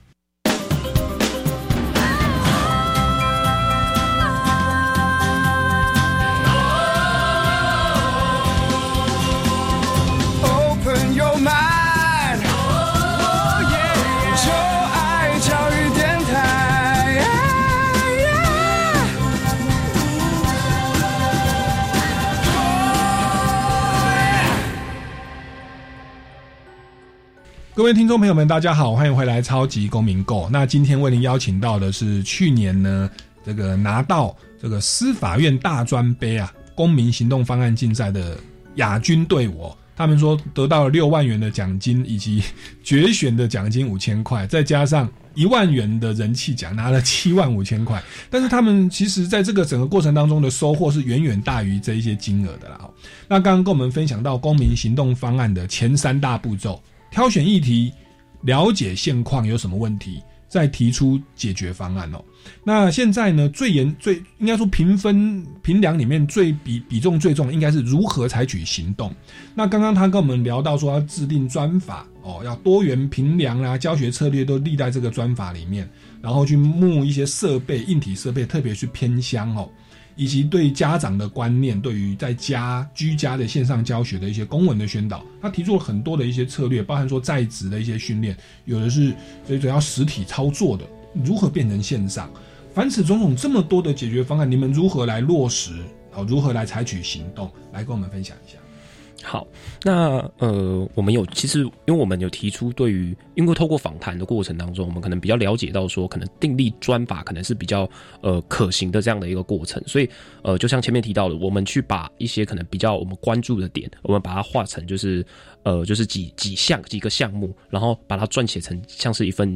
Open your mind， 就爱教育电台。 各位听众朋友们大家好，欢迎回来超级公民购。那今天为您邀请到的是去年呢这个拿到这个司法院大专杯公民行动方案竞赛的亚军队伍他们说得到了6万元的奖金，以及决选的奖金5000块，再加上1万元的人气奖，拿了75000块。但是他们其实在这个整个过程当中的收获是远远大于这一些金额的啦。那刚刚跟我们分享到公民行动方案的前3大步骤，挑选议题，了解现况有什么问题，再提出解决方案那现在呢，最应该说评量里面比重最重，应该是如何采取行动。那刚刚他跟我们聊到说要制定专法要多元评量啦，教学策略都立在这个专法里面，然后去募一些设备，硬体设备特别去偏乡以及对家长的观念，对于在家居家的线上教学的一些公文的宣导，他提出了很多的一些策略，包含说在职的一些训练，有的是所以要实体操作的，如何变成线上，凡此种种这么多的解决方案，你们如何来落实如何来采取行动，来跟我们分享一下。 好，那我们其实因为我们有提出因为透过访谈的过程当中，我们可能比较了解到说，可能订立专法可能是比较可行的这样的一个过程，所以就像前面提到的，我们去把一些可能比较我们关注的点，我们把它化成就是几个项目，然后把它撰写成像是一份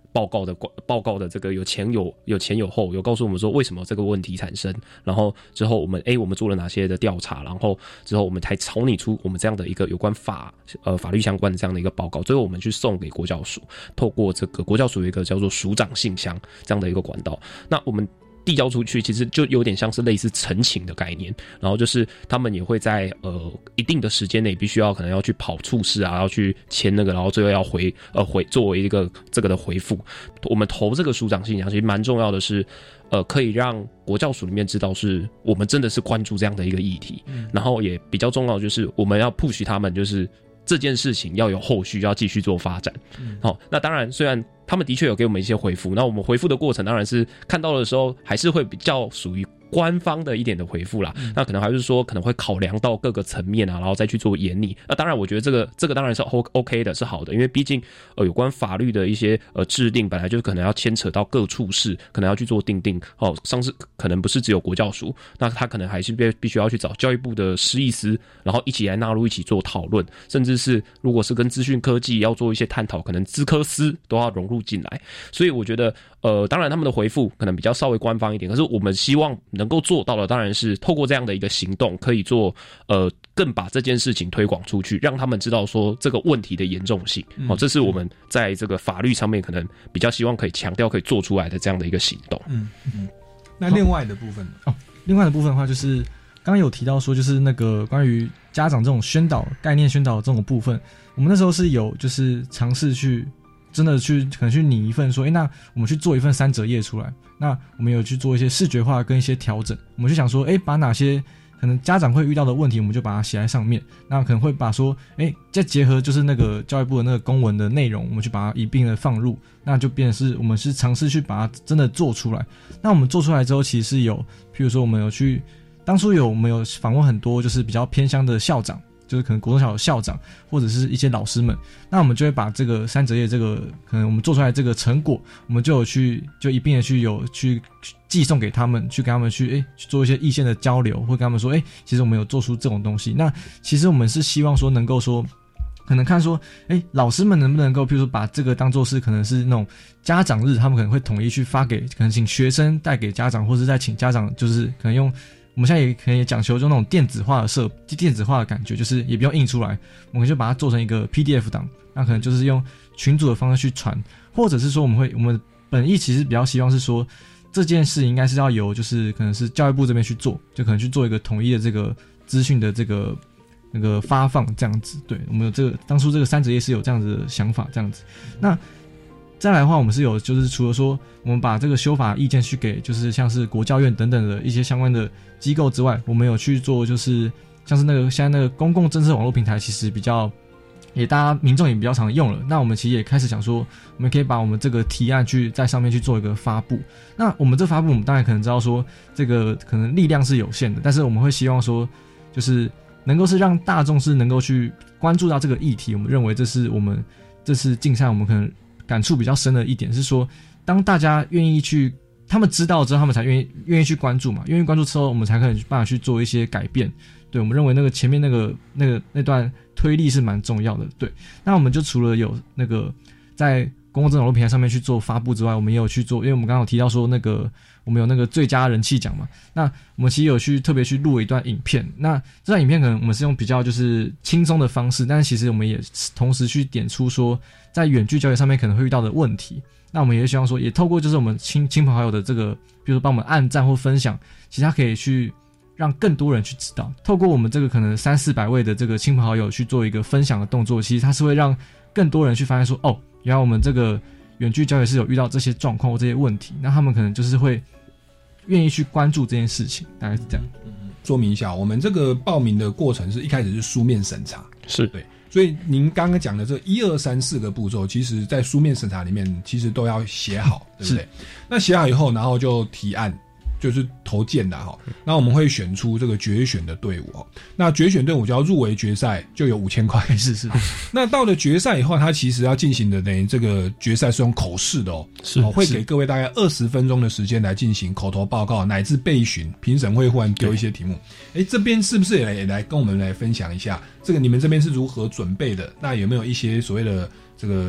报告的这个有前有后，有告诉我们说为什么这个问题产生，然后之后我们做了哪些的调查，然后之后我们才草拟出我们这样的一个有关法律相关的这样的一个报告，最后我们去送给国教署，透过这个国教署有一个叫做署长信箱这样的一个管道，那我们递交出去，其实就有点像是类似陈情的概念，然后就是他们也会在一定的时间内，必须要可能要去跑处室啊，要去签那个，然后最后要回作为一个这个的回复。我们投这个署长信箱，其实蛮重要的是，可以让国教署里面知道是我们真的是关注这样的一个议题，然后也比较重要的就是我们要 push 他们，就是这件事情要有后续，要继续做发展。好，那当然虽然他们的确有给我们一些回复，那我们回复的过程当然是看到的时候还是会比较属于官方的一点的回复啦，那可能还是说可能会考量到各个层面啊，然后再去做研拟。那当然我觉得这个当然是 OK 的，是好的，因为毕竟有关法律的一些制定本来就可能要牵扯到各处室，可能要去做定上次可能不是只有国教署，那他可能还是必须要去找教育部的师艺司，然后一起来纳入一起做讨论，甚至是如果是跟资讯科技要做一些探讨，可能资科司都要融入进来。所以我觉得当然他们的回复可能比较稍微官方一点，可是我们希望能够做到的当然是透过这样的一个行动，可以做更把这件事情推广出去，让他们知道说这个问题的严重性。这是我们在这个法律上面可能比较希望可以强调可以做出来的这样的一个行动。 那另外的部分另外的部分的话，就是刚刚有提到说，就是那个关于家长这种宣导概念宣导的这种部分，我们那时候是有就是尝试去真的去可能去拟一份说，那我们去做一份3折页出来，那我们有去做一些视觉化跟一些调整，我们就想说把哪些可能家长会遇到的问题我们就把它写在上面，那可能会把说再结合就是那个教育部的那个公文的内容，我们去把它一并的放入，那就变成是我们是尝试去把它真的做出来。那我们做出来之后，其实是有譬如说我们有去当初我们有访问很多就是比较偏乡的校长，就是可能国中小的校长或者是一些老师们，那我们就会把这个3折页这个可能我们做出来这个成果，我们就一并的去寄送给他们，去跟他们去做一些意见的交流，或跟他们说其实我们有做出这种东西。那其实我们是希望说能够说可能看说老师们能不能够譬如说把这个当作是可能是那种家长日，他们可能会统一去发给可能请学生带给家长，或是再请家长就是可能用我们现在也可能也讲求就那种电子化的感觉，就是也不用印出来，我们就把它做成一个 PDF 档，那可能就是用群组的方式去传，或者是说我们本意其实比较希望是说这件事应该是要由就是可能是教育部这边去做，就可能去做一个统一的这个资讯的这个那个发放这样子。对，我们有这个当初这个3折页是有这样子的想法这样子。那再来的话，我们是有就是除了说我们把这个修法意见去给就是像是国教院等等的一些相关的机构之外，我们有去做就是像是现在那个公共政策网络平台，其实比较大家民众也比较常用了。那我们其实也开始想说，我们可以把我们这个提案去在上面去做一个发布。那我们这发布，我们当然可能知道说这个可能力量是有限的，但是我们会希望说，就是能够是让大众是能够去关注到这个议题。我们认为这是我们这次竞赛我们可能感触比较深的一点是说，当大家愿意去，他们知道之后，他们才愿意去关注嘛，愿意关注之后，我们才可能办法去做一些改变。对，我们认为那个前面那段推力是蛮重要的。对，那我们就除了有那个在公共政策网络平台上面去做发布之外，我们也有去做，因为我们刚刚有提到说那个我们有那个最佳人气奖嘛，那我们其实有特别去录了一段影片。那这段影片可能我们是用比较就是轻松的方式，但是其实我们也同时去点出说在远距教学上面可能会遇到的问题。那我们也希望说，也透过就是我们亲朋好友的这个，比如说帮我们按赞或分享，其实他可以去让更多人去知道。透过我们这个可能300-400位的这个亲朋好友去做一个分享的动作，其实它是会让更多人去发现说，原来我们这个远距教学是有遇到这些状况或这些问题，那他们可能就是会愿意去关注这件事情，大概是这样。 说明一下，我们这个报名的过程是一开始是书面审查， 是对。所以您刚刚讲的这1、2、3、4个步骤，其实在书面审查里面其实都要写好，对不对？那写好以后，然后就提案，就是投件的哈。那我们会选出这个决选的队伍，那决选队伍就要入围决赛，就有5000块。 是。 那到了决赛以后，它其实要进行的等于这个决赛是用口试的会给各位大概20分钟的时间来进行口头报告乃至备询，评审会忽然丢一些题目。这边是不是也来跟我们来分享一下，这个你们这边是如何准备的？那有没有一些所谓的这个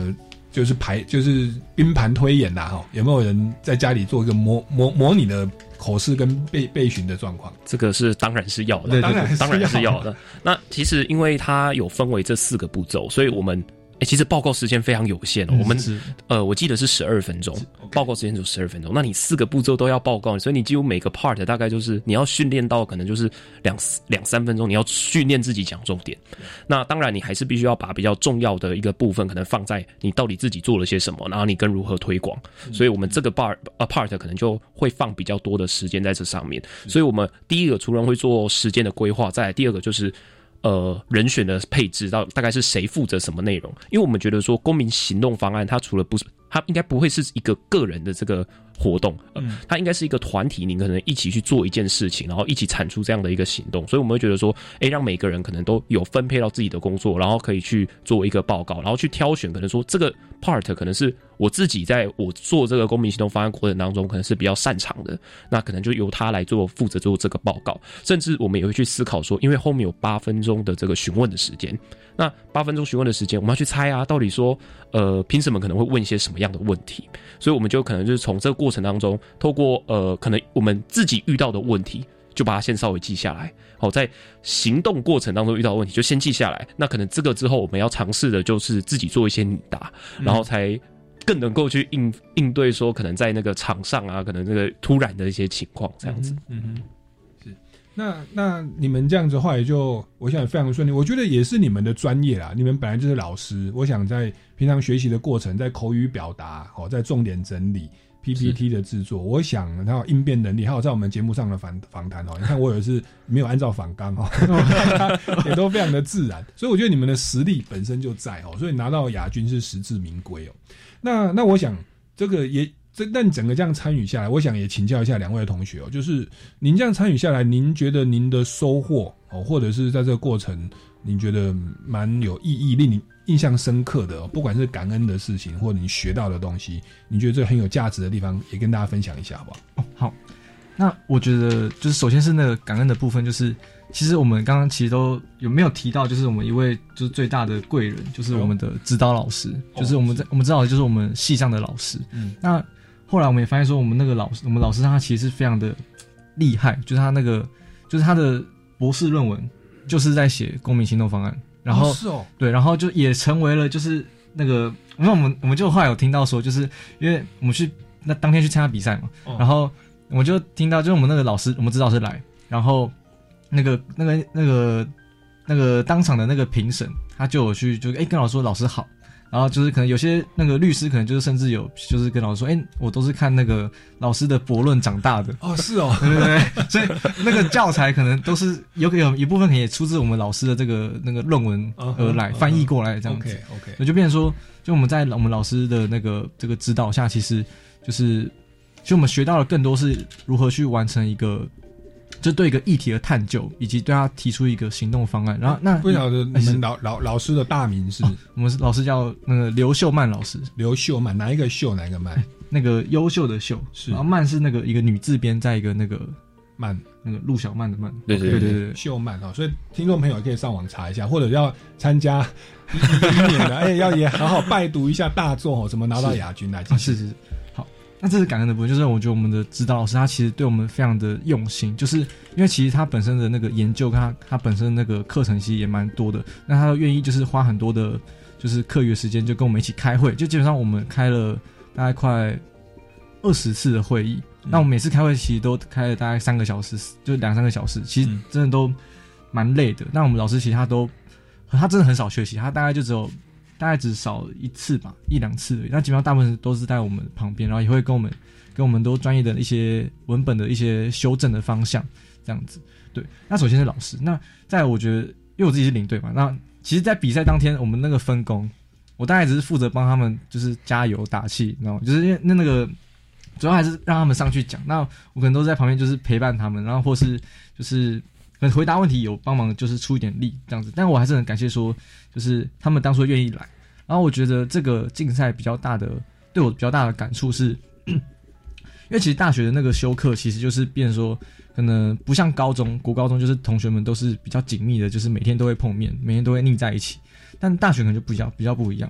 就是冰盘推演啦哈，有没有人在家里做一个模拟的口试跟备询的状况？ 这个是当然是要的， 对，当然是要的。那其实因为它有分为这4个步骤，所以我们其实报告时间非常有限我们我记得是12分钟，报告时间只有12分钟。那你4个步骤都要报告，所以你几乎每个 part 大概就是你要训练到可能就是2-3分钟，你要训练自己讲重点。那当然你还是必须要把比较重要的一个部分可能放在你到底自己做了些什么，然后你跟如何推广。所以我们这个 part 可能就会放比较多的时间在这上面。所以我们第一个除了会做时间的规划，再来第二个就是人选的配置到大概是谁负责什么内容，因为我们觉得说公民行动方案它除了它应该不会是一个个人的这个活动，它应该是一个团体，你可能一起去做一件事情，然后一起产出这样的一个行动，所以我们会觉得说让每个人可能都有分配到自己的工作，然后可以去做一个报告，然后去挑选可能说这个 part 可能是我自己在我做这个公民行动方案过程当中可能是比较擅长的，那可能就由他来负责做这个报告。甚至我们也会去思考说，因为后面有8分钟的这个询问的时间，那8分钟询问的时间我们要去猜到底说评审们可能会问一些什么样的问题，所以我们就可能就是从这个过程当中透过可能我们自己遇到的问题就把它先稍微记下来，在行动过程当中遇到的问题就先记下来，那可能这个之后我们要尝试的就是自己做一些拟答，然后才更能够去应对说可能在那个场上可能这个突然的一些情况这样子。 是。那你们这样子后来就我想非常顺利，我觉得也是你们的专业啦，你们本来就是老师，我想在平常学习的过程，在口语表达在重点整理PPT 的制作，我想还有应变能力，还有在我们节目上的访谈你看我有一次没有按照访纲也都非常的自然，所以我觉得你们的实力本身就在所以拿到亚军是实至名归那我想这个但整个这样参与下来，我想也请教一下2位同学就是您这样参与下来，您觉得您的收获或者是在这个过程您觉得蛮有意义令你印象深刻的不管是感恩的事情或者你学到的东西，你觉得这很有价值的地方也跟大家分享一下好不好？ 好，那我觉得就是首先是那个感恩的部分，就是其实我们刚刚其实都没有提到，就是我们一位就是最大的贵人，就是我们的指导老师，就是我们指导的就是我们系上的老师。那后来我们也发现说，我们老师他其实是非常的厉害，就是他的博士论文就是在写公民行动方案，然后对，然后就也成为了就是那个，因为我们就后来有听到说，就是因为我们那当天去参加比赛嘛，然后我们就听到就是我们那个老师，我们指导师来，然后那个当场的那个评审，他就有去就跟老师说老师好。然后就是可能有些那个律师可能就是甚至有就是跟老师说，我都是看那个老师的博论长大的。 是哦， 对对对，所以那个教材可能都是有一部分可能也出自我们老师的那个论文而来翻译过来这样子。 OK， 所以就变成说，就我们在我们老师的这个指导下，其实就是我们学到了更多是如何去完成一个。就对一个议题的探究，以及对他提出一个行动方案。然后那不晓得你们老师的大名是？ 我们老师叫那个刘秀曼老师。 刘秀曼，哪一个秀哪一个曼？ 那个优秀的秀是，然后曼是那个一个女字边，在一个那个曼， 那个陆小曼的曼。 对， 秀曼所以听众朋友可以上网查一下，或者要参加1年的，要也好好拜读一下大作怎么拿到亚军来。 是。那这是感恩的部分，就是我觉得我们的指导老师他其实对我们非常的用心，就是因为其实他本身的那个研究跟他本身那个课程其实也蛮多的，那他都愿意就是花很多的就是课余时间就跟我们一起开会，就基本上我们开了大概快20次的会议，那我们每次开会其实都开了大概3个小时，就2-3个小时，其实真的都蛮累的。那我们老师其实他真的很少休息，他大概只少1次吧，1-2次而已。那基本上大部分都是在我们旁边，然后也会跟我们都专业的一些文本的一些修正的方向，这样子。对，那首先是老师，那再来我觉得，因为我自己是领队嘛，那其实，在比赛当天，我们那个分工，我大概只是负责帮他们就是加油打气，你知道吗？就是因为那个主要还是让他们上去讲，那我可能都在旁边就是陪伴他们，然后或是就是可能回答问题有帮忙，就是出一点力这样子。但我还是很感谢说，就是他们当初愿意来。然后我觉得这个竞赛对我比较大的感触是，因为其实大学的那个修课其实就是变成说，可能不像国高中就是同学们都是比较紧密的，就是每天都会碰面，每天都会腻在一起。但大学可能就比较不一样。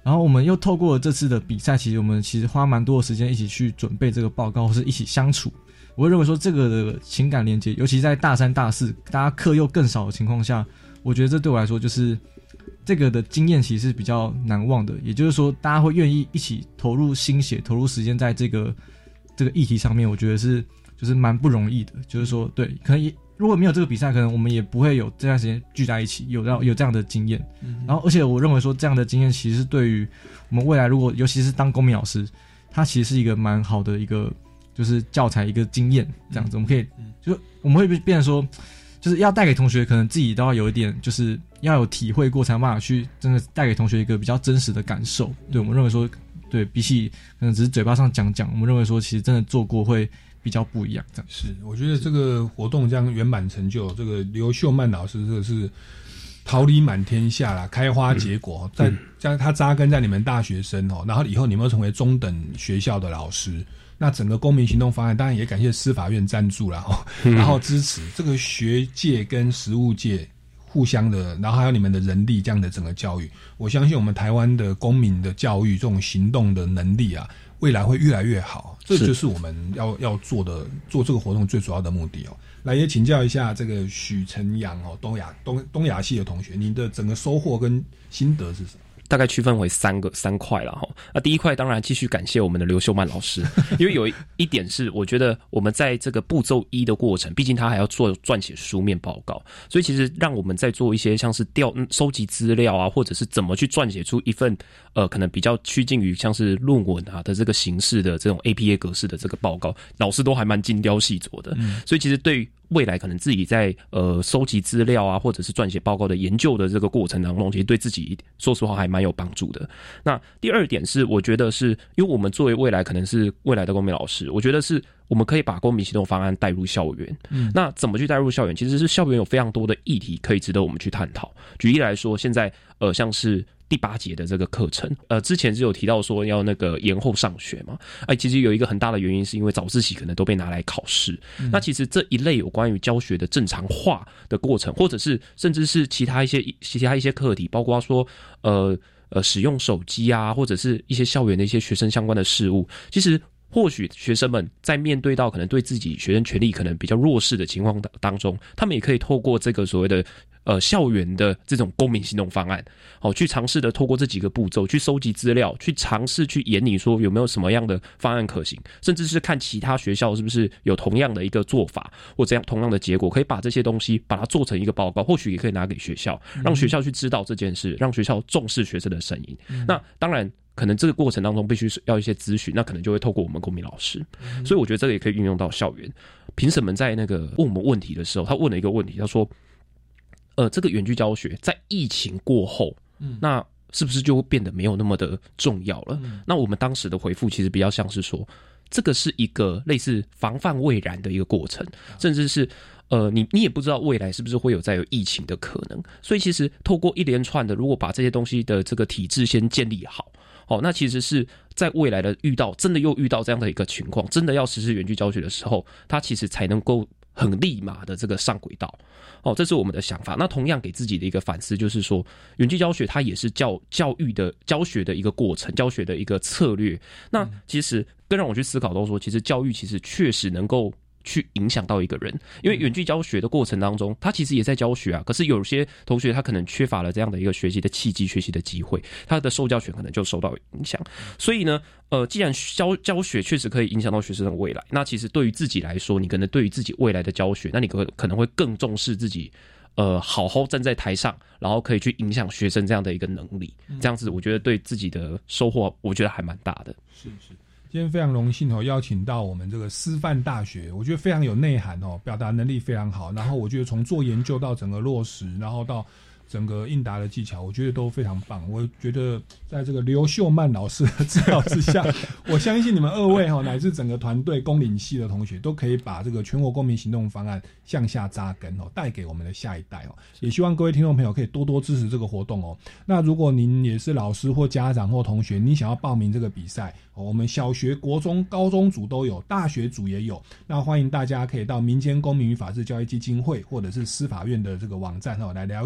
然后我们又透过这次的比赛，其实我们花蛮多的时间一起去准备这个报告，或是一起相处。我会认为说这个的情感连接，尤其在大3大4大家课又更少的情况下，我觉得这对我来说就是这个的经验其实是比较难忘的。也就是说大家会愿意一起投入心血投入时间在这个议题上面，我觉得就是蛮不容易的。就是说对，可能如果没有这个比赛，可能我们也不会有这段时间聚在一起有这样的经验。然后而且我认为说这样的经验其实是对于我们未来如果尤其是当公民老师，它其实是一个蛮好的一个就是教材一个经验这样子。我们可以就我们会变成说就是要带给同学，可能自己都要有一点就是要有体会过才有办法去真的带给同学一个比较真实的感受。对，我们认为说对，比起可能只是嘴巴上讲，我们认为说其实真的做过会比较不一样。这样是，我觉得这个活动这样圆满成就，这个刘秀曼老师这个是桃李满天下啦，开花结果，在他扎根在你们大学生然后以后你们又成为中等学校的老师。那整个公民行动方案当然也感谢司法院赞助啦然后支持这个学界跟实务界互相的，然后还有你们的人力这样的整个教育，我相信我们台湾的公民的教育这种行动的能力啊，未来会越来越好。这就是我们要做这个活动最主要的目的来，也请教一下这个许承阳东亚系的同学，你的整个收获跟心得是什么？ 大概区分为三块啦齁。那第一块当然继续感谢我们的刘秀曼老师，因为有一点是我觉得我们在这个步骤1的过程，毕竟他还要撰写书面报告，所以其实让我们在做一些像是收集资料啊，或者是怎么去撰写出一份可能比较趋近于像是论文啊的这个形式的这种 APA 格式的这个报告，老师都还蛮精雕细琢的。所以其实对于未来可能自己在收集资料啊，或者是撰写报告的研究的这个过程当中，其实对自己说实话还蛮有帮助的。那第二点是，我觉得是因为我们作为未来可能是未来的公民老师，我觉得是我们可以把公民行动方案带入校园。那怎么去带入校园？其实是校园有非常多的议题可以值得我们去探讨。举例来说，现在像是第8节的这个课程，之前是有提到说要那个延后上学嘛，其实有一个很大的原因是因为早自习可能都被拿来考试。那其实这一类有关于教学的正常化的过程，或者是甚至是其他一些课题，包括说使用手机啊，或者是一些校园的一些学生相关的事务，其实或许学生们在面对到可能对自己学生权利可能比较弱势的情况当中，他们也可以透过这个所谓的校园的这种公民行动方案，去尝试的透过这几个步骤去收集资料，去尝试去研拟说有没有什么样的方案可行，甚至是看其他学校是不是有同样的一个做法或这样同样的结果，可以把这些东西把它做成一个报告，或许也可以拿给学校，让学校去知道这件事，让学校重视学生的声音。那当然可能这个过程当中必须要一些咨询，那可能就会透过我们公民老师。所以我觉得这个也可以运用到校园。评审们在那个问我们问题的时候，他问了一个问题，他说这个远距教学在疫情过后，那是不是就变得没有那么的重要了？那我们当时的回复其实比较像是说，这个是一个类似防范未然的一个过程，甚至是你也不知道未来是不是会有再有疫情的可能，所以其实透过一连串的，如果把这些东西的这个体制先建立好，那其实是在未来的真的又遇到这样的一个情况，真的要实施远距教学的时候，它其实才能够很立马的这个上轨道。这是我们的想法。那同样给自己的一个反思，就是说远距教学它也是教育的教学的一个过程，教学的一个策略。那其实更让我去思考到说，其实教育其实确实能够去影响到一个人，因为远距教学的过程当中，他其实也在教学啊，可是有些同学他可能缺乏了这样的一个学习的契机、学习的机会，他的受教权可能就受到影响。所以呢，既然教学确实可以影响到学生的未来，那其实对于自己来说，你可能对于自己未来的教学，那你可能会更重视自己好好站在台上，然后可以去影响学生这样的一个能力。这样子，我觉得对自己的收获，我觉得还蛮大的。 是。今天非常荣幸邀请到我们这个师范大学，我觉得非常有内涵表达能力非常好，然后我觉得从做研究到整个落实，然后到整个应答的技巧，我觉得都非常棒。我觉得在这个刘秀曼老师的指导之下，我相信你们2位乃至整个团队公领系的同学都可以把这个全国公民行动方案向下扎根带给我们的下一代也希望各位听众朋友可以多多支持这个活动那如果您也是老师或家长或同学，你想要报名这个比赛我们小学、国中、高中组都有，大学组也有。那欢迎大家可以到民间公民与法治教育基金会或者是司法院的这个网站来了解相关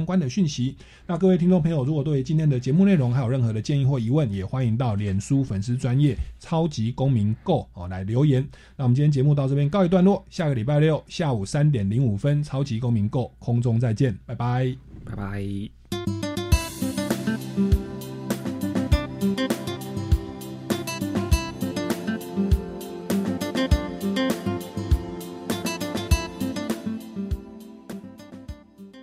关的讯息。那各位听众朋友，如果对今天的节目内容还有任何的建议或疑问，也欢迎到脸书粉丝专页超级公民 Go 来留言。那我们今天节目到这边告一段落，下个礼拜六下午3:05超级公民 Go 空中再见，拜拜， 拜拜。